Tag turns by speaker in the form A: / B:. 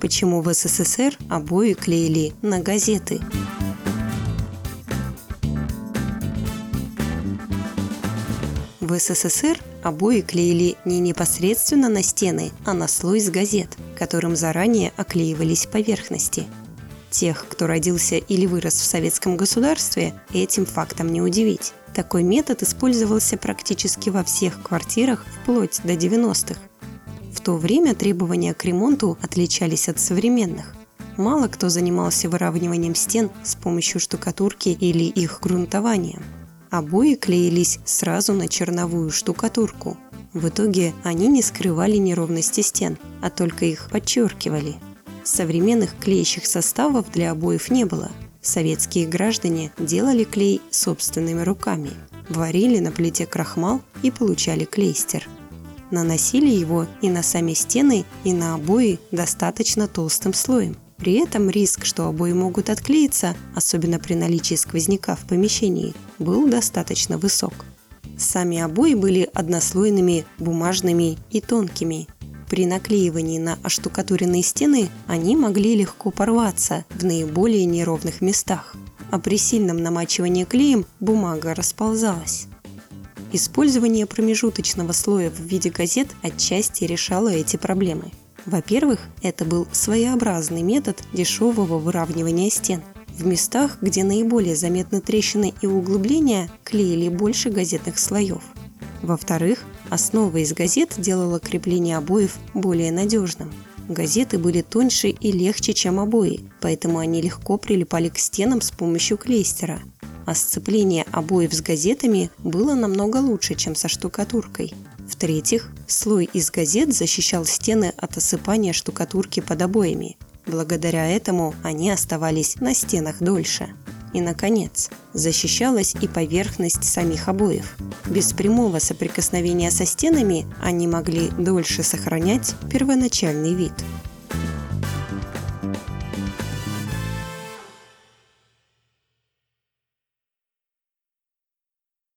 A: Почему в СССР обои клеили на газеты? В СССР обои клеили не непосредственно на стены, а на слой из газет, которым заранее оклеивались поверхности. Тех, кто родился или вырос в советском государстве, этим фактом не удивить. Такой метод использовался практически во всех квартирах вплоть до 90-х. В то время требования к ремонту отличались от современных. Мало кто занимался выравниванием стен с помощью штукатурки или их грунтованием. Обои клеились сразу на черновую штукатурку. В итоге они не скрывали неровности стен, а только их подчеркивали. Современных клеящих составов для обоев не было. Советские граждане делали клей собственными руками, варили на плите крахмал и получали клейстер. Наносили его и на сами стены, и на обои достаточно толстым слоем. При этом риск, что обои могут отклеиться, особенно при наличии сквозняка в помещении, был достаточно высок. Сами обои были однослойными, бумажными и тонкими. При наклеивании на оштукатуренные стены они могли легко порваться в наиболее неровных местах, а при сильном намачивании клеем бумага расползалась. Использование промежуточного слоя в виде газет отчасти решало эти проблемы. Во-первых, это был своеобразный метод дешевого выравнивания стен. В местах, где наиболее заметны трещины и углубления, клеили больше газетных слоев. Во-вторых, основа из газет делала крепление обоев более надежным. Газеты были тоньше и легче, чем обои, поэтому они легко прилипали к стенам с помощью клейстера. А сцепление обоев с газетами было намного лучше, чем со штукатуркой. В-третьих, слой из газет защищал стены от осыпания штукатурки под обоями. Благодаря этому они оставались на стенах дольше. И, наконец, защищалась и поверхность самих обоев. Без прямого соприкосновения со стенами они могли дольше сохранять первоначальный вид.